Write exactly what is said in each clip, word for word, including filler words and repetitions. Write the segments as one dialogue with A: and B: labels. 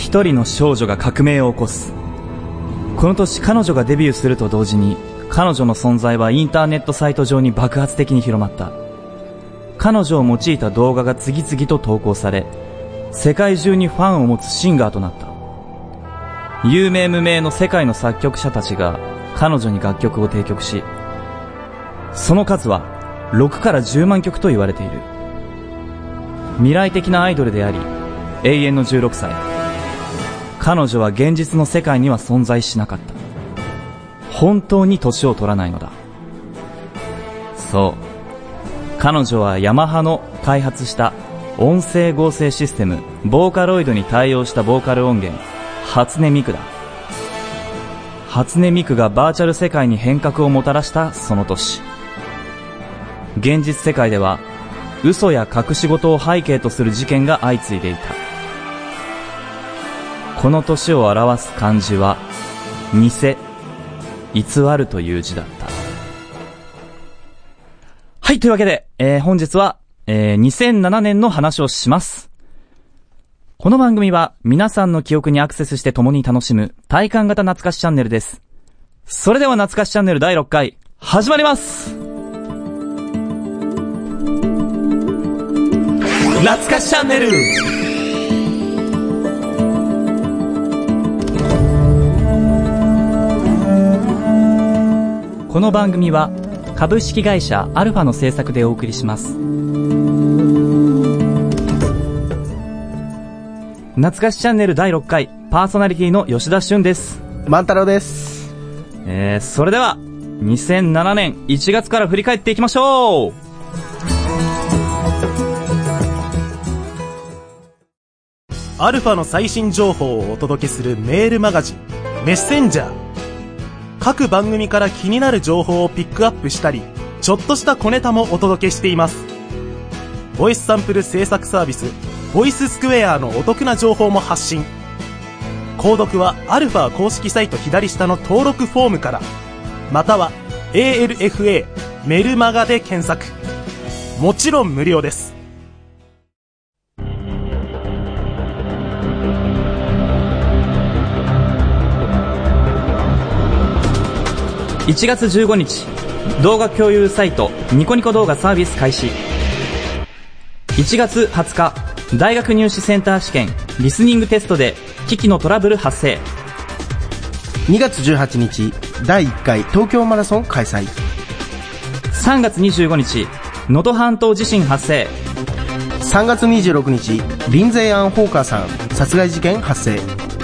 A: 一人の少女が革命を起こす。この年彼女がデビューすると同時に、彼女の存在はインターネットサイト上に爆発的に広まった。彼女を用いた動画が次々と投稿され、世界中にファンを持つシンガーとなった。有名無名の世界の作曲者たちが彼女に楽曲を提供し、その数はろくからじゅうまんきょくと言われている。未来的なアイドルであり、永遠のじゅうろくさい。彼女は現実の世界には存在しなかった。本当に年を取らないのだ。そう、彼女はヤマハの開発した音声合成システムボーカロイドに対応したボーカル音源初音ミクだ。初音ミクがバーチャル世界に変革をもたらしたその年、現実世界では嘘や隠し事を背景とする事件が相次いでいた。この年を表す漢字は偽、偽るという字だった。はい、というわけで、えー、本日は、えー、にせんななねんの話をします。この番組は皆さんの記憶にアクセスして共に楽しむ体感型懐かしチャンネルです。それでは懐かしチャンネルだいろっかい始まります。懐かしチャンネル。この番組は株式会社アルファの制作でお送りします。懐かしチャンネルだいろっかいパーソナリティの吉田俊です。
B: 万太郎です。
A: えー、それではにせんななねんいちがつから振り返っていきましょう。
B: アルファの最新情報をお届けするメールマガジンメッセンジャー。各番組から気になる情報をピックアップしたり、ちょっとした小ネタもお届けしています。ボイスサンプル制作サービスボイススクエアのお得な情報も発信。購読はアルファ公式サイト左下の登録フォームから、または エーエルエフエー メルマガで検索。もちろん無料です。
A: いちがつじゅうごにち、動画共有サイトニコニコ動画サービス開始。いちがつはつか、大学入試センター試験リスニングテストで機器のトラブル発生。
C: にがつじゅうはちにち、だいいっかい東京マラソン開催。
A: さんがつにじゅうごにち、能登半島地震発生。
C: さんがつにじゅうろくにち、リンゼイ・アン・ホーカーさん殺害事件発生。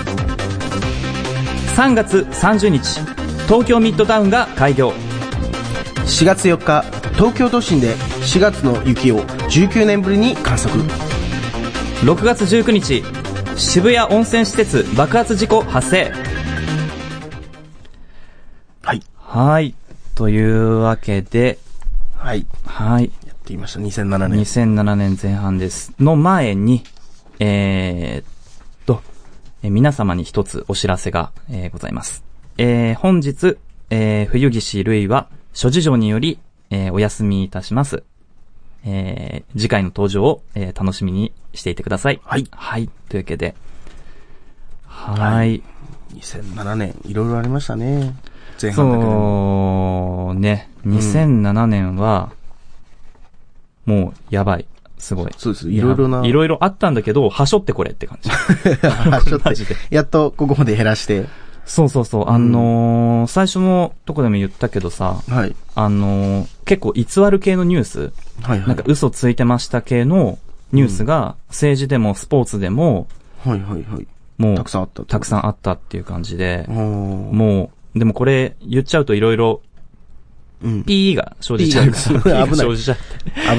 A: さんがつさんじゅうにち、東京ミッドタウンが開業。
C: しがつよっか、東京都心でしがつの雪をじゅうきゅうねんぶりに観測。
A: ろくがつじゅうくにち、渋谷温泉施設爆発事故発生。
C: はい
A: はいというわけで、
C: はい
A: はい
C: やっていました。にせんななねん
A: にせんななねんぜん半ですの前に、えー、っとえ皆様に一つお知らせが、えー、ございます。えー、本日、えー、冬岸るいは諸事情により、えー、お休みいたします。えー、次回の登場を、えー、楽しみにしていてください。
C: はい。
A: はい。というわけで、はい。
C: にせんななねん、いろいろありましたね。前半だけでも。
A: そうね、にせんななねんは、うん、もう、やばい。すごい。
C: そうです。いろいろな。
A: いろいろあったんだけど、はしょってこれって感じ。
C: はしょって。やっとここまで減らして。
A: そうそうそう。あのーうん、最初のとこでも言ったけどさ、
C: はい。
A: あのー、結構偽る系のニュース、
C: はいはい。
A: なんか嘘ついてました系のニュースが、政治でもスポーツでも、
C: はいはいはい。
A: もう、
C: たくさんあった。
A: たくさんあったっていう感じで、
C: も
A: う、でもこれ言っちゃうといろいろ、
C: うん、
A: P が生じちゃうから、
C: 危ない。
A: 生じちゃって。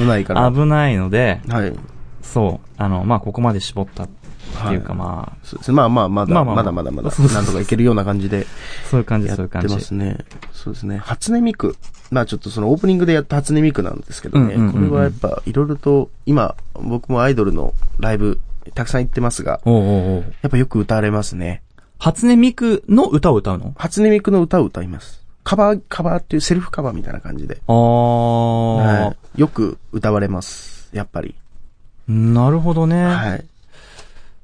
C: 危ないから。
A: 危ないので、
C: はい。
A: そう、あの、まあ、ここまで絞ったっていうか、はい、まあ、
C: そうですね。まあまあ、まだ、まあまあまだまだまだ、なんとかいけるような感じで。
A: そういう感じ、そういう感じ。
C: やってますね。そうですね。初音ミク。まあちょっとそのオープニングでやった初音ミクなんですけどね。うんうんうんうん、これはやっぱいろいろと、今、僕もアイドルのライブ、たくさん行ってますが、
A: おうおうおう、
C: やっぱよく歌われますね。
A: 初音ミクの歌を歌うの？
C: 初音ミクの歌を歌います。カバー、カバーっていうセルフカバーみたいな感じで。
A: ああ、
C: はい。よく歌われます。やっぱり。
A: なるほどね。
C: はい。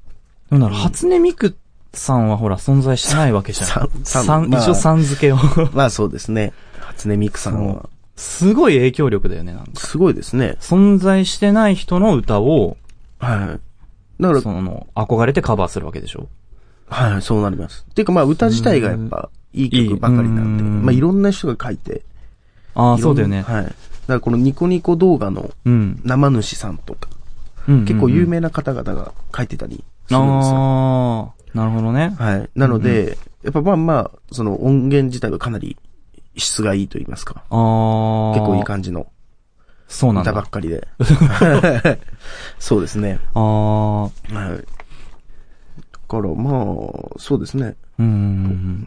A: どうなる、初音ミクさんはほら存在してないわけじゃん。
C: さん、
A: さん、一応さん付けを。
C: まあそうですね。初音ミクさんは。
A: すごい影響力だよね、なんか。
C: すごいですね。
A: 存在してない人の歌を、
C: はい。だから、
A: その、憧れてカバーするわけでしょ。
C: はい、そうなります。っていうかまあ歌自体がやっぱいい曲ばかりなんで、まあいろんな人が書いて。
A: ああ、そうだよね。
C: はい。だからこのニコニコ動画の生主さんとか、うん、結構有名な方々が書いてたりするんですよ。
A: ああ、なるほどね。
C: はい。なので、うん、やっぱまあまあ、その音源自体はかなり質がいいと言いますか。ああ。結構いい感じの。
A: そうなんだ。
C: 歌ばっかりで。そうですね。
A: ああ。
C: はい。だからまあ、そうですね。
A: うん。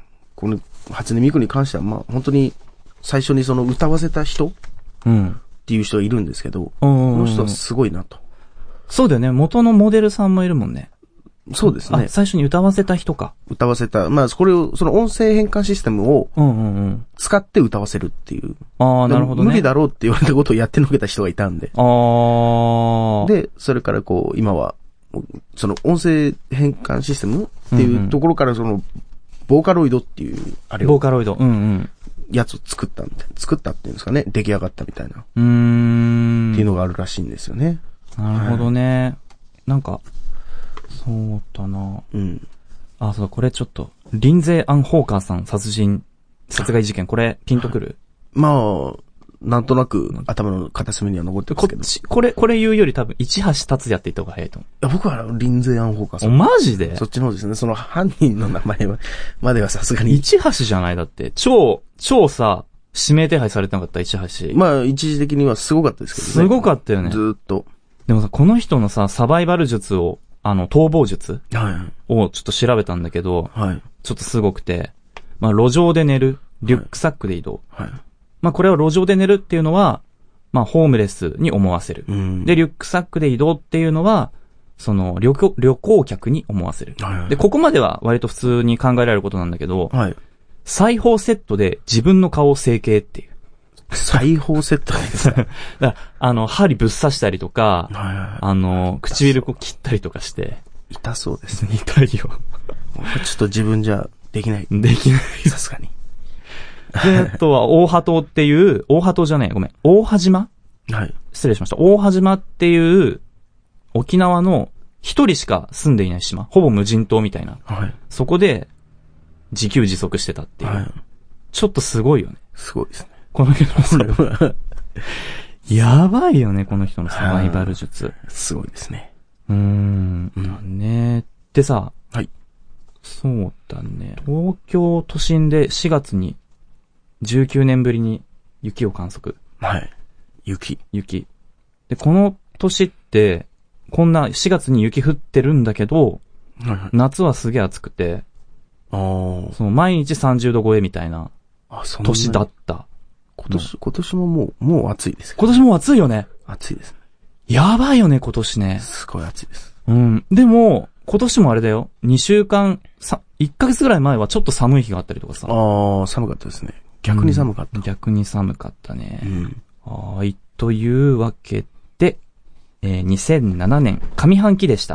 C: この初音ミクに関してはまあ本当に最初にその歌わせた人っていう人がいるんですけど、うん、この人はすごいなと。
A: そうだよね。元のモデルさんもいるもんね。
C: そうですね。
A: あ、最初に歌わせた人か。
C: 歌わせた。まあ、これを、その音声変換システムを使って歌わせるっていう。
A: ああ、なるほどね。
C: 無理だろうって言われたことをやってのけた人がいたんで。
A: ああ。
C: で、それからこう、今は、その音声変換システムっていうところからその、ボーカロイドっていう、あれを。
A: ボーカロイド。うんうん。
C: やつを作ったみたいな。作ったっていうんですかね。出来上がったみたいな。
A: うーん。
C: っていうのがあるらしいんですよね。
A: なるほどね。はい、なんか、そうだな。
C: うん。
A: あ、そうだ、これちょっと、リンゼー・アン・ホーカーさん殺人、殺害事件、これ、ピンとくる？
C: まあ、なんとなく頭の片隅には残ってますけど。
A: こっち、これ、これ言うより多分、市橋達也って言った方が早いと思う。
C: いや、僕はリンゼー・アン・ホーカーさん。
A: マジで？
C: そっちの方ですね。その犯人の名前は、まではさすがに。
A: 市橋じゃないだって。超、超さ、指名手配されてなかった市橋。
C: まあ、一時的にはすごかったですけどね。
A: すごかったよね。
C: ずーっと。
A: でもさ、この人のさ、サバイバル術を、あの、逃亡術をちょっと調べたんだけど、
C: はい。
A: ちょっとすごくて、まあ、路上で寝る、リュックサックで移動。
C: はい。
A: まあ、これは路上で寝るっていうのは、まあ、ホームレスに思わせる。
C: うん、
A: で、リュックサックで移動っていうのは、その、旅行、旅行客に思わせる。
C: はいはい、
A: で、ここまでは割と普通に考えられることなんだけど、
C: はい。
A: 裁縫セットで自分の顔を整形っていう。
C: 裁縫セットですか？
A: だあの、針ぶっ刺したりとか、
C: はいはいはい、
A: あの、唇を切ったりとかして。
C: 痛そうですね。
A: 痛いよ。ちょ
C: っと自分じゃできない。
A: できない。
C: さすがに。
A: で、あとは、大波島っていう、大波島じゃない、ごめん。大波島？
C: はい。
A: 失礼しました。大波島っていう、沖縄の一人しか住んでいない島。ほぼ無人島みたいな。
C: はい。
A: そこで、自給自足してたっていう。はい。ちょっとすごいよね。
C: すごいですね。
A: この人のやばいよね、この人のサバイバル術。
C: すごいですね。
A: うーん。うん、ねでさ、
C: はい。
A: そうだね。東京都心でしがつにじゅうきゅうねんぶりに雪を観測。
C: はい。雪。
A: 雪。で、この年って、こんなしがつに雪降ってるんだけど、
C: はいはい、
A: 夏はすげえ暑くて、
C: あそ
A: の毎日さんじゅうど超えみたいな年だった。
C: 今年、今年ももう、もう暑いです。
A: 今年も暑いよね。
C: 暑いですね。
A: やばいよね、今年ね。
C: すごい暑いです。
A: うん。でも、今年もあれだよ。にしゅうかん、さ、いっかげつぐらい前はちょっと寒い日があったりとかさ。
C: ああ、寒かったですね。逆に寒かった。
A: うん、逆に寒かったね。
C: うん。
A: はい。というわけで、えー、にせんななねん上半期でした。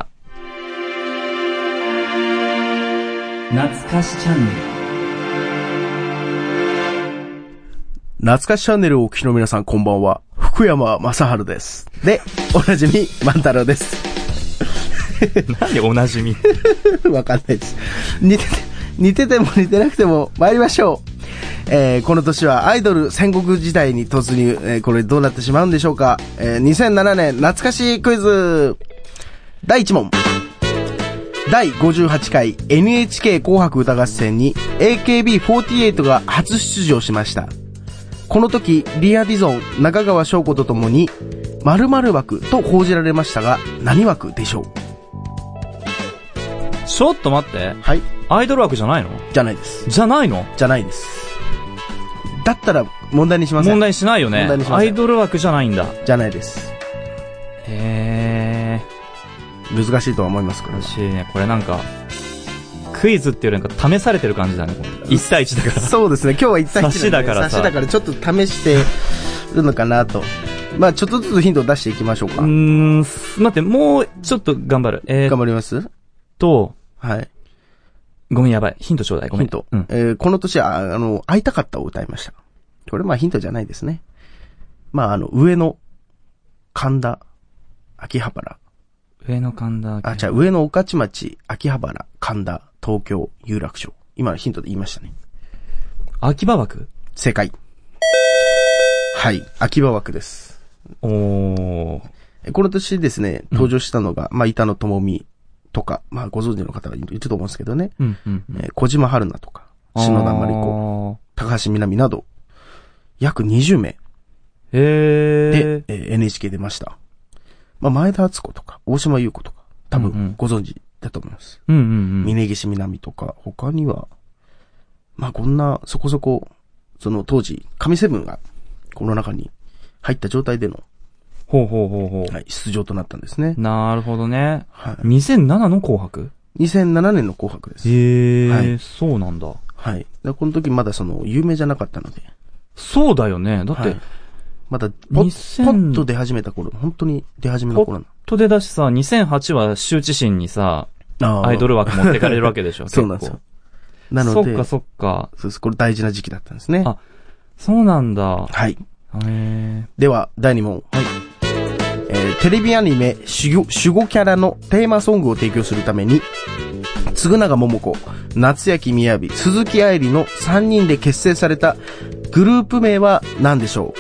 A: 懐かしチャンネル。
C: 懐かしチャンネルをお聞きの皆さんこんばんは。福山雅治です。で、おなじみ万太郎です。
A: なんでおなじみ
C: わかんないです。似てて、似てても似てなくても参りましょう。えー、この年はアイドル戦国時代に突入、えー、これどうなってしまうんでしょうか。えー、にせんななねん懐かしいクイズだいいち問。だいごじゅうはちかい エヌエイチケー 紅白歌合戦に エーケービーフォーティーエイト が初出場しました。この時リア・ディゾン、中川翔子とともに〇〇枠と報じられましたが、何枠でしょう？
A: ちょっと待って。
C: はい。
A: アイドル枠じゃないの？
C: じゃないです。
A: じゃないの？
C: じゃないです。だったら問題にしません。
A: 問題にしないよね。
C: 問題にしません。
A: アイドル枠じゃないんだ。
C: じゃないです。
A: へ
C: ー。難しいとは思いますから。
A: 難しいね。これなんか、クイズっていうよりなんか試されてる感じだね。いちたいいちだから。
C: そうですね。今日はいちたいいち、ね。
A: 差しだからさ。
C: 差しだからちょっと試してるのかなと。まあちょっとずつヒントを出していきましょうか。
A: うーん、待って、もうちょっと頑張る。
C: えー、頑張ります
A: と、
C: はい。
A: ごめんやばい。ヒントちょうだい。ごめん。
C: ヒント。
A: うん、
C: えー、この年は、あの、会いたかったを歌いました。これまあヒントじゃないですね。まああの、上野、神田、秋葉原。
A: 上野神田。
C: あ、じゃあ上野御徒町、秋葉原、神田、東京、有楽町。今のヒントで言いましたね。
A: 秋葉枠？
C: 正解。はい。秋葉枠です。
A: おー。
C: この年ですね、登場したのが、うん、まあ板野友美とか、まあご存知の方がいると思うんですけどね。
A: うんうんうん、
C: えー、小島春菜とか、篠田麻里子、高橋みなみなど、約にじゅうめい。
A: へー。
C: で、えー、エヌエイチケー 出ました。まあ前田敦子とか、大島優子とか、多分ご存知だと思います。
A: うんうんうん。
C: 峯岸みなみとか、他には、まあこんな、そこそこ、その当時、神セブンが、この中に入った状態での、
A: ほうほうほうほう。
C: はい、出場となったんですね。
A: なるほどね。
C: はい。
A: にせんななの紅白？
C: にせんなな 年の紅白です。
A: へー。
C: はい。
A: そうなんだ。
C: はい。でこの時まだその、有名じゃなかったので。
A: そうだよね。だって、はい、
C: まだポッ、ポッと出始めた頃、本当に出始めの頃なの。
A: ポッと出だしさ、にせんはちは羞恥心にさ、アイドル枠持ってかれるわけでしょ。
C: そうなんですよ。なので、
A: そっかそっか。
C: そうです。これ大事な時期だったんですね。
A: あ、そうなんだ。
C: はい。
A: へ
C: では、だいに問。
A: はい。
C: えー、テレビアニメ守護、守護キャラのテーマソングを提供するために、嗣永桃子、夏焼みやび、鈴木愛理のさんにんで結成されたグループ名は何でしょ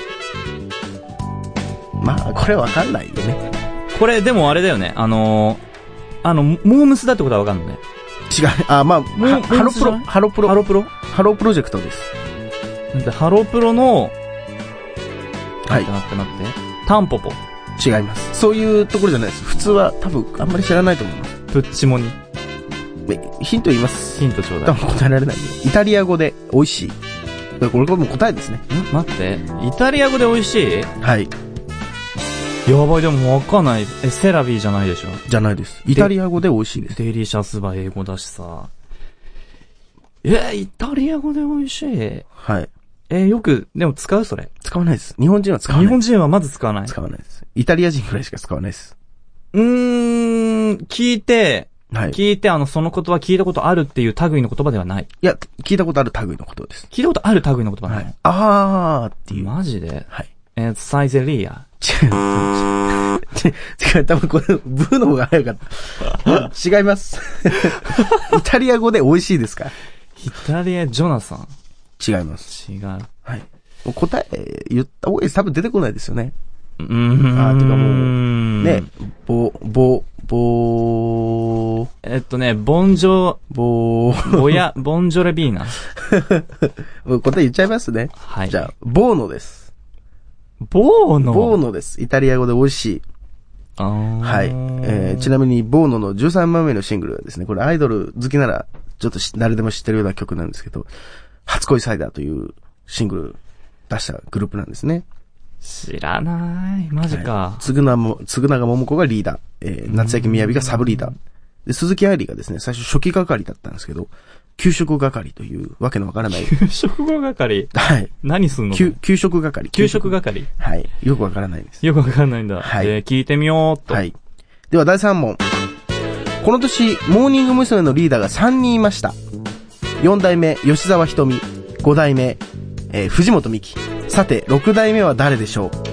C: う？まあ、これわかんないよね。
A: これ、でもあれだよね。あのー、あの、モームスだってことはわかんないね。
C: 違う。あ、まあ、ハロプロ、ハロプロ。
A: ハロプロ
C: ハロプロジェクトです。
A: なんで、ハロプロの、
C: はい。
A: 待って待って待って。タンポポ。
C: 違います。そういうところじゃないです。普通は多分あんまり知らないと思います。
A: プッチモニ。
C: ヒント言います。
A: ヒントちょうだい。
C: 多分答えられない。イタリア語で美味しい。これこれも答えですね。
A: ん待って。イタリア語で美味しい？
C: はい。
A: やばい、でもわかんない。え、セラビーじゃないでしょ？
C: じゃないです。イタリア語で美味しいです。
A: デリシャスは英語だしさ。え、イタリア語で美味しい？
C: はい。
A: えー、よく、でも使うそれ？
C: 使わないです。日本人は使わない。
A: 日本人はまず使わない。
C: 使わないです。イタリア人くらいしか使わないです。
A: うーん、聞いて、
C: はい。
A: 聞いて、あの、その言葉聞いたことあるっていう類の言葉ではない。
C: いや、聞いたことある類のことです。
A: 聞いたことある類の言葉なの？はい。
C: あーっていう。
A: マジで？
C: はい。
A: えー、サイゼリア。
C: 違う。違う、多分これ、ブーの方が早かった。違います。イタリア語で美味しいですか？
A: イタリア、ジョナサン。
C: 違います。
A: 違う。
C: はい。もう答え言った方がいいです。多分出てこないですよね。
A: うーん。
C: あー、てかもう、ね、ぼ、ぼ、ぼ
A: えっとね、ボンジョ、
C: ぼ
A: ボヤ、ボンジョレビーナ。
C: もう答え言っちゃいますね。
A: はい。
C: じゃあ、ボーノです。
A: ボーノ
C: ボーノです。イタリア語で美味しい。
A: あー。
C: はい。えー、ちなみに、ボーノのじゅうさんまいめのシングルはですね、これアイドル好きなら、ちょっと誰でも知ってるような曲なんですけど、初恋サイダーというシングル出したグループなんですね。
A: 知らない。マジか。
C: はい、つぐなも、つぐなが桃子がリーダー、えー、夏焼みやびがサブリーダー。で、鈴木愛理がですね、最初初期係だったんですけど、給食係というわけのわからない。
A: 給食係
C: はい。
A: 何すんの？
C: 給、給食係。
A: 給食係。
C: はい。よくわからないです。
A: よくわからないんだ。
C: はい。
A: えー、聞いてみようっと。
C: はい。ではだいさん問。この年、モーニング娘。のリーダーがさんにんいました。よん代目、吉沢ひとみ。ご代目、えー、藤本美貴。さて、ろく代目は誰でしょう？こ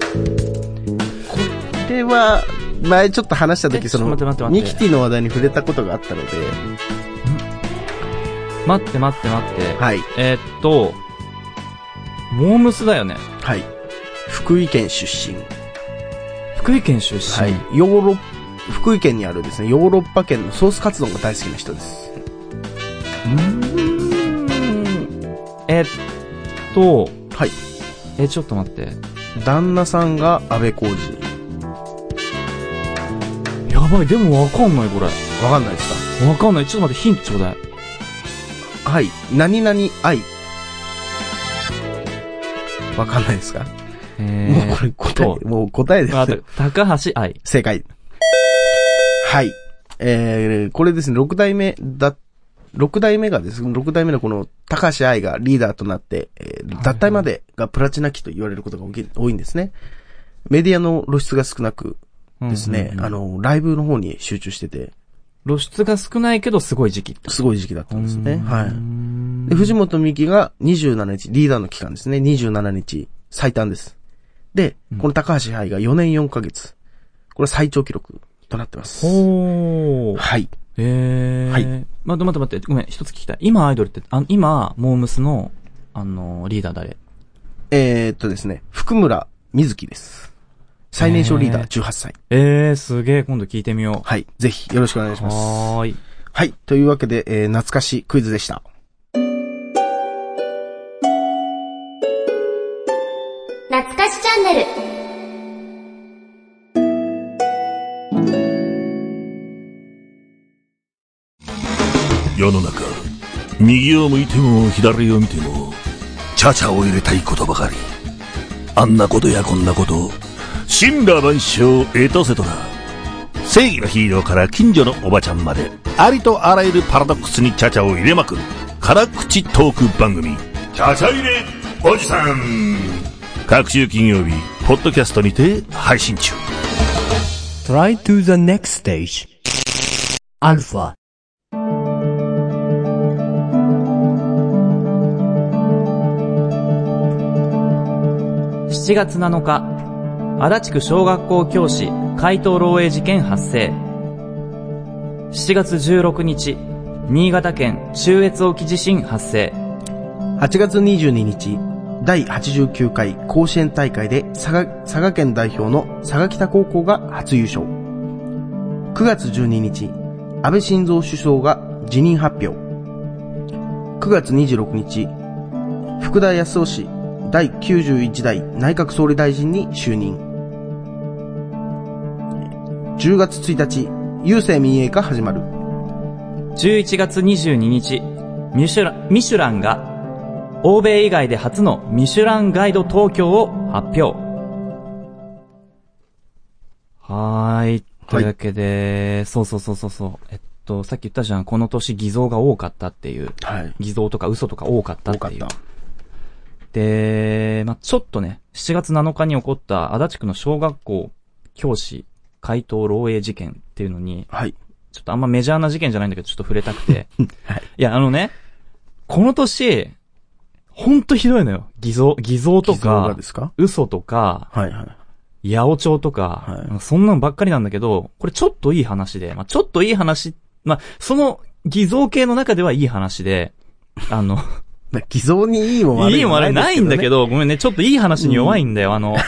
C: れは、前ちょっと話した時、その、ミキティの話題に触れたことがあったので。
A: 待って待って待って。
C: はい。
A: えー、っと、モームスだよね。
C: はい。福井県出身。
A: 福井県出身。
C: はい。ヨーロッ、福井県にあるですね、ヨーロッパ圏のソースカツ丼が大好きな人です。
A: うーん。えっと、
C: はい。
A: え、ちょっと待って。
C: 旦那さんが安倍浩二。
A: やばい、でもわかんないこれ。
C: わかんないです
A: か？わかんない。ちょっと待って、ヒントちょうだい。
C: はい。何々愛。わかんないですか？
A: えー、
C: もうこれ答え、もう答えです。
A: 高橋愛。
C: 正解。はい。えー、これですね、ろく代目だ、ろく代目がですね、ろく代目のこの高橋愛がリーダーとなって、えー、脱退までがプラチナ期と言われることが多いんですね。メディアの露出が少なくですね、うんうんうん、あの、ライブの方に集中してて、
A: 露出が少ないけどすごい時期。
C: すごい時期だったんですね。はい。で、藤本美貴がにじゅうしちにち、リーダーの期間ですね。にじゅうしちにち、最短です。で、この高橋愛がよねんよんかげつ。これ最長記録となってます。
A: ほー。
C: はい。
A: へー。はい。待って待って待って、ごめん、一つ聞きたい。今アイドルって、あ今、モームスの、あのー、リーダー誰？
C: えーっとですね、福村瑞希です。最年少リーダーじゅうはっさい。
A: えー、すげえ、今度聞いてみよう。
C: はい。ぜひ、よろしくお願いします。
A: はーい。
C: はい。というわけで、えー、懐かしクイズでした。
D: 懐かしチャンネル。
E: 世の中、右を向いても左を見ても、チャチャを入れたいことばかり。あんなことやこんなこと、神羅万象エトセトラ。正義のヒーローから近所のおばちゃんまで、ありとあらゆるパラドックスにチャチャを入れまくる辛口トーク番組、チャチャ入れおじさん。各週金曜日ポッドキャストにて配信中。
F: Try to the next stage. アルファ。
A: しちがつなのか、足立区小学校教師怪盗漏洩事件発生。しちがつじゅうろくにち、新潟県中越沖地震発生。
C: はちがつにじゅうににち、だいはちじゅうきゅうかい甲子園大会で佐賀、佐賀県代表の佐賀北高校が初優勝。くがつじゅうににち、安倍晋三首相が辞任発表。くがつにじゅうろくにち、福田康夫氏だいきゅうじゅういちだい内閣総理大臣に就任。じゅうがつついたち、郵政民営化始まる。
A: じゅういちがつにじゅうににち、ミシュラン、ミシュランが欧米以外で初のミシュランガイド東京を発表。はーい。というわけで、はい、そうそうそうそうそう。えっと、さっき言ったじゃん、この年偽造が多かったっていう。はい。偽造とか嘘とか多かったっていう。多かった。で、まあ、ちょっとね、しちがつなのかに起こった足立区の小学校教師怪盗漏洩事件っていうのに、はい。ちょっとあんまメジャーな事件じゃないんだけど、ちょっと触れたくて。はい。いや、あのね、この年、ほんとひどいのよ。偽造、偽造とか、偽造がですか？嘘とか、はいはい。八百長とか、はい、そんなのばっかりなんだけど、これちょっといい話で、まあ、ちょっといい話、まあ、その偽造系の中ではいい話で、あの、
C: 偽造にいいも悪いもないですけどね。いいも悪い
A: ないんだけど、ごめんね、ちょっといい話に弱いんだよ、うん、あの、はい、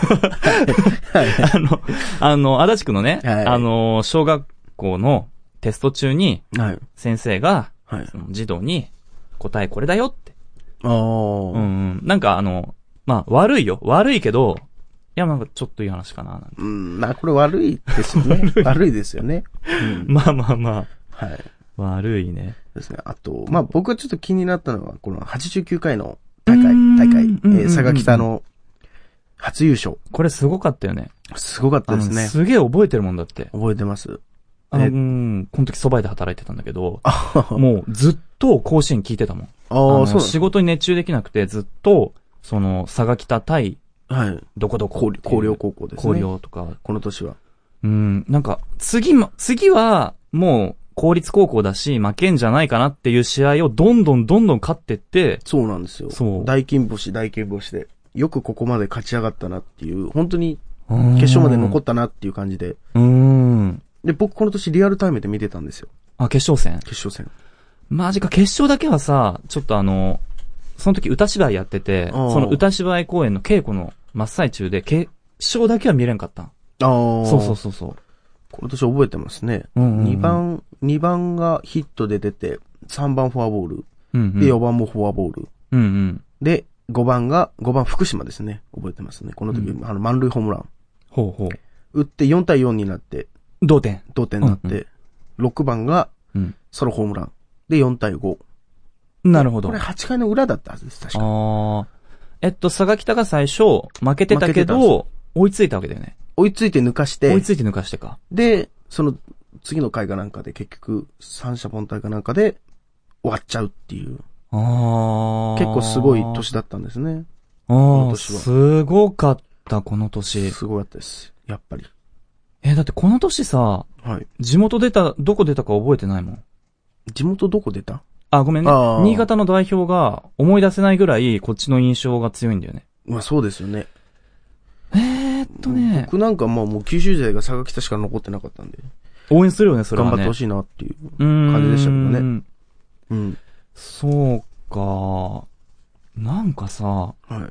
A: あの、あの、足立区のね、はい、あの、小学校のテスト中に、先生が、はい、その児童に答えこれだよって。ああ。うんうん。なんかあの、まあ、悪いよ。悪いけど、いや、なんかちょっといい話かななんて。
C: うん、まあ、これ悪いですよね。悪, 悪いですよね。
A: うん、まあまあまあ。はい。悪いね。
C: ですね。あと、まあ僕がちょっと気になったのは、このはちじゅうきゅうかいの大会、大会、えー、佐賀北の初優勝。
A: これすごかったよね。
C: すごかったですね。
A: すげえ覚えてるもんだって。
C: 覚えてます。
A: あの、うん、この時蕎麦屋で働いてたんだけど、もうずっと甲子園聞いてたもん。ああ、そう。仕事に熱中できなくて、ずっと、その、佐賀北対、はい。どこどこ。
C: 広陵高校ですね。
A: 広陵とか。
C: この年は。
A: うん、なんか、次も、次は、もう、公立高校だし、負けんじゃないかなっていう試合をどんどんどんどん勝ってって、
C: そうなんですよ。そう。大金星、大金星で、よくここまで勝ち上がったなっていう、本当に、決勝まで残ったなっていう感じで。うん。で、僕この年リアルタイムで見てたんですよ。
A: あ、決勝戦？
C: 決勝戦。
A: マジか、決勝だけはさ、ちょっとあの、その時歌芝居やってて、その歌芝居公演の稽古の真っ最中で、決勝だけは見れんかった。ああ。そうそうそうそう。
C: この年覚えてますね。うんうんうん、にばん、にばんがヒットで出て、さんばんフォアボール。うんうん、で、よばんもフォアボール。うんうん、で、ごばんが、ごばん福島ですね。覚えてますね。この時、うん、あの、満塁ホームラン。ほうほう。打ってよんたいよんになって。
A: 同点。
C: 同点になって。うんうん、ろくばんが、ソロホームラン。で、よんたいご。
A: なるほど。
C: これはちかいの裏だったはずです、確か。あ
A: あ。えっと、佐賀北が最初、負けてたけど、追いついたわけだよね。
C: 追いついて抜かして。
A: 追いついて抜かしてか。
C: で、その、次の回かなんかで結局、三者凡退かなんかで、終わっちゃうっていう。ああ。結構すごい年だったんですね。ああ。
A: すごかった、この年。
C: すごかったです。やっぱり。
A: え、だってこの年さ、
C: はい。
A: 地元出た、どこ出たか覚えてないもん。
C: 地元どこ出た？
A: あ、ごめんね。
C: あー
A: 新潟の代表が思い出せないぐらいこっちの印象が強いんだよね。
C: まあそうですよね。
A: えーっとね。
C: 僕なんかもうもう九州勢が佐賀北しか残ってなかったんで。
A: 応援するよね、それはね。
C: 頑張ってほしいなっていう感じでしたけどね。
A: うーん
C: うん。
A: そうか。なんかさ、
C: はい。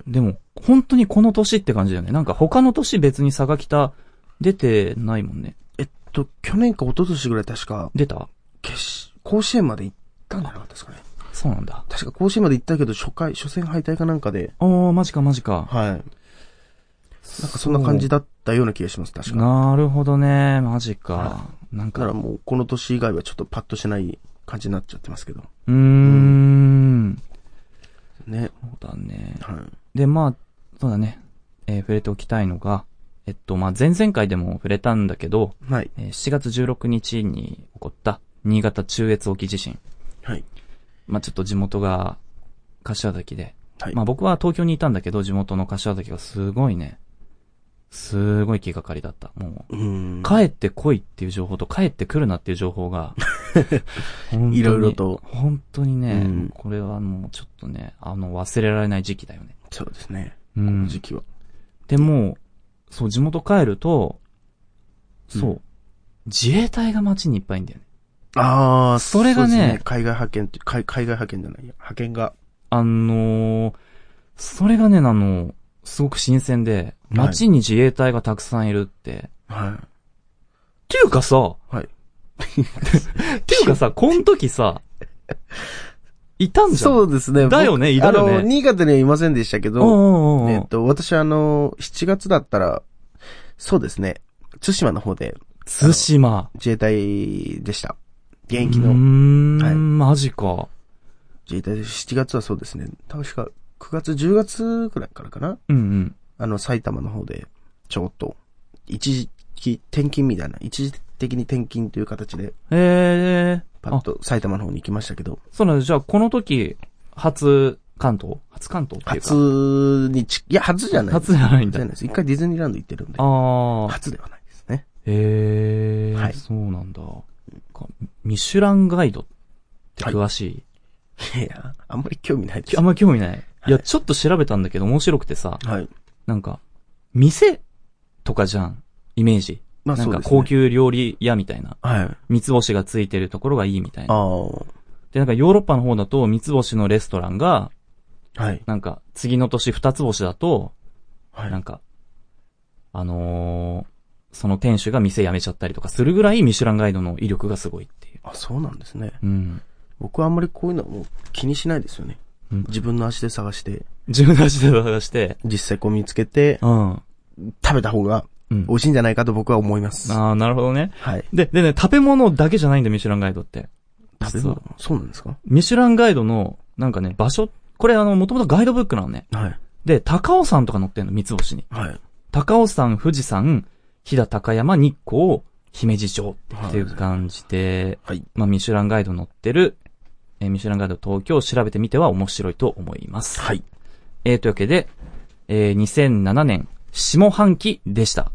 A: でも、本当にこの年って感じだよね。なんか他の年別に佐賀北出てないもんね。
C: えっと、去年か一昨年ぐらい確か、
A: 出た？
C: 決し、甲子園まで行ったんじゃなかったですかね。
A: そうなんだ。
C: 確か甲子園まで行ったけど、初回、初戦敗退かなんかで。
A: あー、マジかマジか。
C: はい。なんかそんな感じだったような気がします、確か。
A: なるほどね。マジか。
C: は
A: なんか。
C: だからもう、この年以外はちょっとパッとしない感じになっちゃってますけど。
A: うーん。
C: ね。
A: そうだね。
C: はい。
A: で、まあ、そうだね。えー、触れておきたいのが、えっと、まあ、前々回でも触れたんだけど、
C: はい。
A: えー、しちがつじゅうろくにちに起こった新潟中越沖地震。
C: はい。
A: まあ、ちょっと地元が柏崎で、
C: はい。
A: まあ僕は東京にいたんだけど、地元の柏崎がすごいね、すごい気がかりだった。もう、
C: うーん。
A: 帰ってこいっていう情報と帰ってくるなっていう情報が、本当に
C: いろいろと
A: 本当にね、
C: うん
A: これはもうちょっとね、あの忘れられない時期だよね。
C: そうですね。こ
A: うん
C: の時期は。
A: でも、そう、地元帰ると、そう、
C: うん
A: 自衛隊が街にいっぱいいんだよね。
C: ああ、
A: それがね
C: そうです海外派遣って、海海外派遣じゃないや、派遣が。
A: あのー、それがね、あの、すごく新鮮で、街に自衛隊がたくさんいるって。
C: はい。
A: っていうかさ、
C: はい。
A: っていうかさ、この時さ、いたんじゃん。
C: そうですね。
A: だよね、いたよね。
C: あの、新潟にはいませんでしたけど、
A: うんうんうん
C: えっと、私あの、しちがつだったら、そうですね、対馬の方で、
A: 対馬。
C: 自衛隊でした。現役
A: うー
C: の
A: ん、
C: はい
A: マジか。
C: 自衛隊で、しちがつはそうですね、確かくがつ、じゅうがつくらいからかな。
A: うんうん。
C: あの、埼玉の方で、ちょっと、一時期転勤みたいな、一時的に転勤という形で、
A: えー、
C: パッと埼玉の方に行きましたけど、
A: そうなんだ。じゃあ、この時、初関東初関東っていうか。
C: 初にち、いや、初じゃない。
A: 初じゃないんだ
C: 初じゃないです。一回ディズニーランド行ってるんで、
A: ああ。
C: 初ではないですね。
A: へえー、
C: はい
A: そうなんだ。かミシュランガイドって詳しい、
C: いや、あんまり興味ないです。
A: あんまり興味ない。いや、ちょっと調べたんだけど面白くてさ、
C: はい。
A: なんか、店とかじゃん、イメージ。
C: まあ
A: なんか
C: そうですね
A: 高級料理屋みたいな。
C: はい。
A: 三つ星がついてるところがいいみたいな。
C: ああ。
A: で、なんかヨーロッパの方だと三つ星のレストランが、
C: はい。
A: なんか次の年二つ星だと、
C: はい。
A: なんか、あのー、その店主が店辞めちゃったりとかするぐらいミシュランガイドの威力がすごいっていう。
C: あ、そうなんですね。
A: うん。
C: 僕はあんまりこういうのはもう気にしないですよね。
A: うん
C: 自分の足で探して、
A: 自分の足で探して、
C: 実際こう見つけて、
A: うん。
C: 食べた方が
A: うん
C: 美。味しいんじゃないかと僕は思います。
A: ああ、なるほどね。
C: はい。
A: で、でね、食べ物だけじゃないんだよ、ミシュランガイドって。
C: 食べ
A: 実は
C: 物そうなんですか？
A: ミシュランガイドの、なんかね、場所、これあの、もともとガイドブックなのね。
C: はい。
A: で、高尾山とか載ってんの、三つ星に。
C: はい。
A: 高尾山、富士山、飛騨高山、日光、姫路城っていう感じで、
C: はい。
A: まあ、ミシュランガイド載ってる、えーミシュランガイド東京を調べてみては面白いと思います。
C: はい。
A: えー、というわけで、えー、にせんななねん、下半期でした。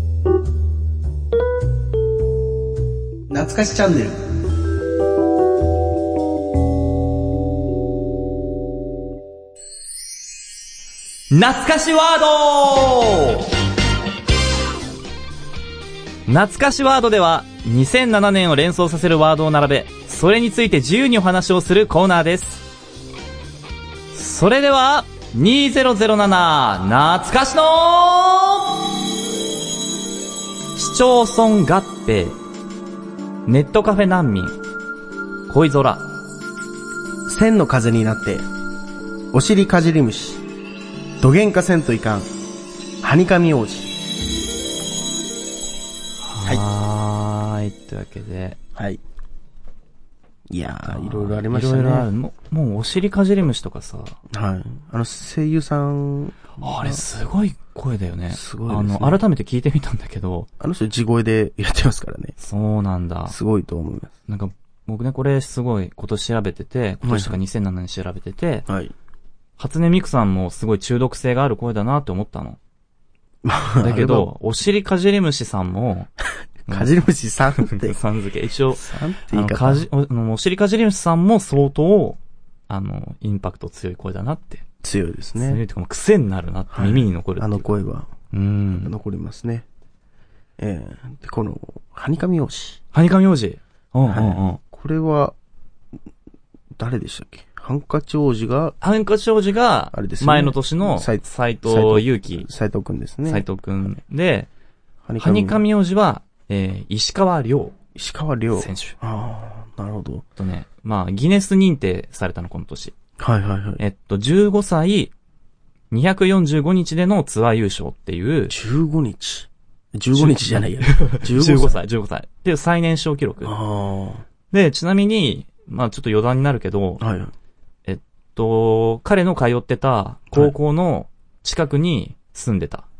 C: 懐かしチャンネル。
A: 懐かしワード懐かしワードではにせんななねんを連想させるワードを並べ、それについて自由にお話をするコーナーです。それではにせんなな懐かしの市町村合併、ネットカフェ難民、恋空、
C: 千の風になって、お尻かじり虫、どげんかせんといかん、はにかみ王子。はい
A: はーい。というわけで、
C: はい。いやー、いろいろありましたね。
A: いろいろある。もう、もうお尻かじり虫とかさ、
C: はい。あの、声優さん、
A: あれすごい声だよね。
C: すごいですね
A: あの、改めて聞いてみたんだけど、
C: あの人地声でやってますからね。
A: そうなんだ。
C: すごいと思います。
A: なんか、僕ね、これすごい今年調べてて、今年とかにせんななねん調べてて、
C: はい。
A: 初音ミクさんもすごい中毒性がある声だなって思ったの。 だけど、おしりかじり虫さんも、
C: かじり虫さんって。
A: さん付け。一応、
C: さんって言い方。
A: かじ、お、おしりかじり虫さんも相当、あの、インパクト強い声だなって。
C: 強いですね。
A: 強いというか、癖になるなって、耳に残るっていう、
C: はい、あの声は。
A: うん。
C: 残りますね。ええー、で、この、はにかみ王子。
A: はにかみ王子。うんうんうん。
C: はい、これは、誰でしたっけ？ハンカチ王子が、
A: ハンカチ王子が、
C: あれですね。
A: 前の年の斎藤祐樹。
C: 斎藤くんですね。
A: 斎藤くんで、はにかみ王子は、えー、石川遼。
C: 石川遼
A: 選手。
C: ああ、なるほど。
A: とね、まあ、ギネス認定されたの、この年。
C: はいはいはい。
A: えっと、じゅうごさい、にひゃくよんじゅうごにちでのツアー優勝っていう。
C: じゅうごにち。じゅうごにちじゃないや。
A: じゅうごさい、じゅうごさい。っていう最年少記録。
C: あ
A: で、ちなみに、まあちょっと余談になるけど、
C: はい、
A: えっと、彼の通ってた高校の近くに住んでた。はい、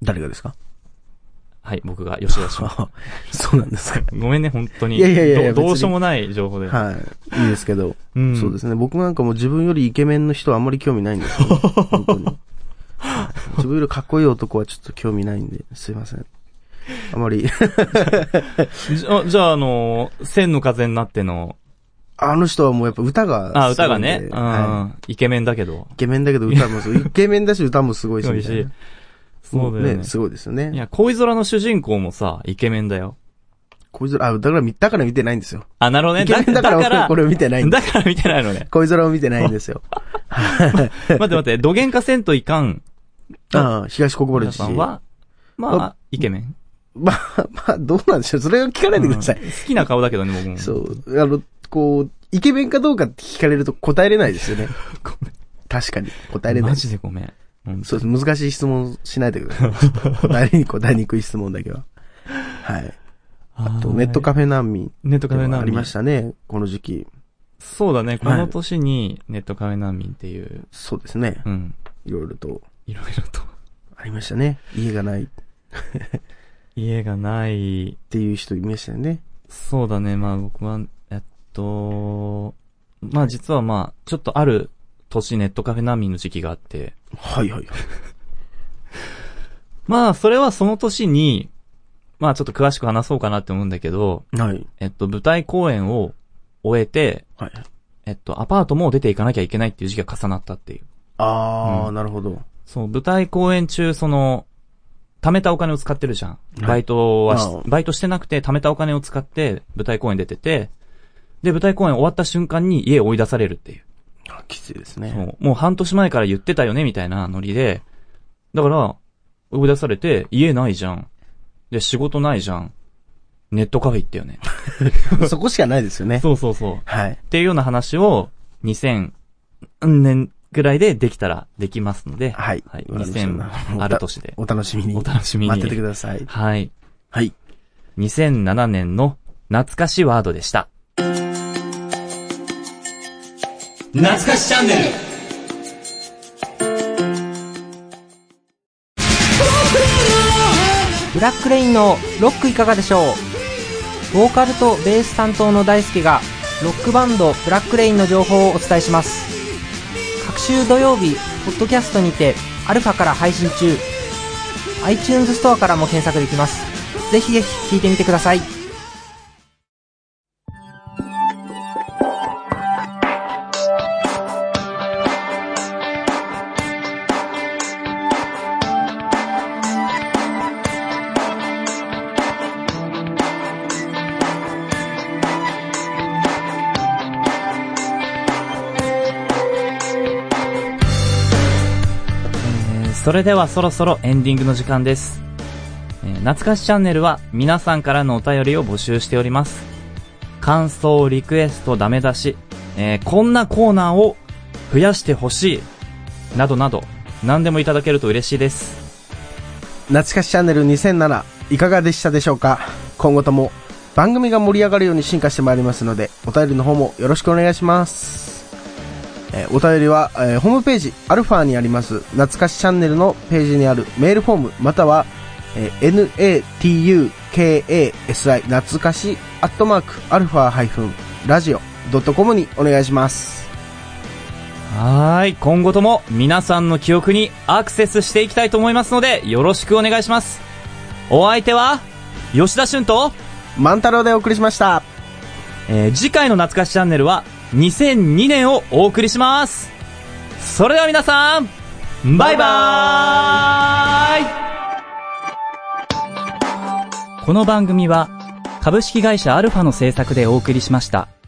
C: 誰がですか？
A: はい、僕が吉田氏。
C: そうなんですか。
A: ごめんね、本当に。
C: いやいやいやいや
A: ど、どうしようもない情報で。
C: はい。いいですけど、うん。そうですね。僕なんかも自分よりイケメンの人はあんまり興味ないんですよ、ね。本当に。自分よりかっこいい男はちょっと興味ないんで、すいません。あまり。
A: じゃ、じゃあ、あの、千の風になっての。
C: あの人はもうやっぱ歌が。
A: あ、歌がね。うん、
C: はい。
A: イケメンだけど。
C: イケメンだけど歌もすごい。イケメンだし歌もすごいし。し
A: そうだよね。
C: ね、すごいですよね。
A: いや、恋空の主人公もさ、イケメンだよ。
C: 恋空、あ、だから、だから見てないんですよ。
A: あ、なるほどね。
C: イケメンだから、これを見てないん
A: です。だから見てないのね。
C: 恋空を見てないんですよ。
A: 待って待って、どげんかせんといかん。
C: ああ、東国原
A: さんは、まあ、イケメン。
C: まあ、まあ、どうなんでしょう。それは聞かないでください。
A: うん、好きな顔だけどね、僕も。
C: そう。あの、こう、イケメンかどうかって聞かれると答えれないですよね。
A: ごめん。
C: 確かに。答えれない。
A: マジでごめん。
C: そうです。難しい質問しないでください。答えに答えにくい質問だけは。はい。あと、ネットカフェ難民。
A: ネットカフェ難民。
C: ありましたね、この時期。
A: そうだね、この年にネットカフェ難民っていう。はい、
C: そうですね。
A: うん。
C: いろいろと。
A: いろいろと。
C: ありましたね。家がない。
A: 家がない。
C: っていう人いましたよね。
A: そうだね、まあ僕は、えっと、まあ実はまあ、ちょっとある年ネットカフェ難民の時期があって。
C: はいはい。
A: まあ、それはその年に、まあちょっと詳しく話そうかなって思うんだけど、
C: はい。
A: えっと、舞台公演を終えて、
C: はい。
A: えっと、アパートも出ていかなきゃいけないっていう時期が重なったっていう。
C: あー、うん、なるほど。
A: そう、舞台公演中、その、貯めたお金を使ってるじゃん。バイトはし、はい、バイトしてなくて貯めたお金を使って舞台公演出てて、で、舞台公演終わった瞬間に家を追い出されるっていう。
C: あ、きついですね。
A: そう。もう半年前から言ってたよね、みたいなノリで。だから、追い出されて、家ないじゃん。で、仕事ないじゃん。ネットカフェ行ったよね。
C: そこしかないですよね。
A: そうそうそう。
C: はい。
A: っていうような話を、にせんねんぐらいでできたらできますので。
C: はい。
A: はい。にせんある年で。
C: お楽しみに。
A: お楽しみに。
C: 待っててください。
A: はい。
C: はい。
A: にせんななねんの懐かしワードでした。
G: 懐かしチャンネル。
H: ブラックレインのロックいかがでしょう。ボーカルとベース担当の大輔がロックバンドブラックレインの情報をお伝えします。各週土曜日ポッドキャストにてアルファから配信中。 iTunes ストアからも検索できます。ぜひぜひ聞いてみてください。
A: それではそろそろエンディングの時間です。えー、懐かしチャンネルは皆さんからのお便りを募集しております。感想、リクエスト、ダメ出し、えー、こんなコーナーを増やしてほしい、などなど、何でもいただけると嬉しいです。
C: 懐かしチャンネルにせんなな、いかがでしたでしょうか。今後とも番組が盛り上がるように進化してまいりますので、お便りの方もよろしくお願いします。えー、お便りは、えー、ホームページアルファにあります懐かしチャンネルのページにあるメールフォームまたは、えー、ナツカシ 懐かしアットマークアルファハイフンラジオドットコムにお願いします。
A: はーい。今後とも皆さんの記憶にアクセスしていきたいと思いますので、よろしくお願いします。お相手は、吉田俊と、
C: 万太郎でお送りしました。
A: えー、次回の懐かしチャンネルは、にせんにねんをお送りします。それでは皆さん、バイバーイ。この番組は、株式会社アルファの制作でお送りしました。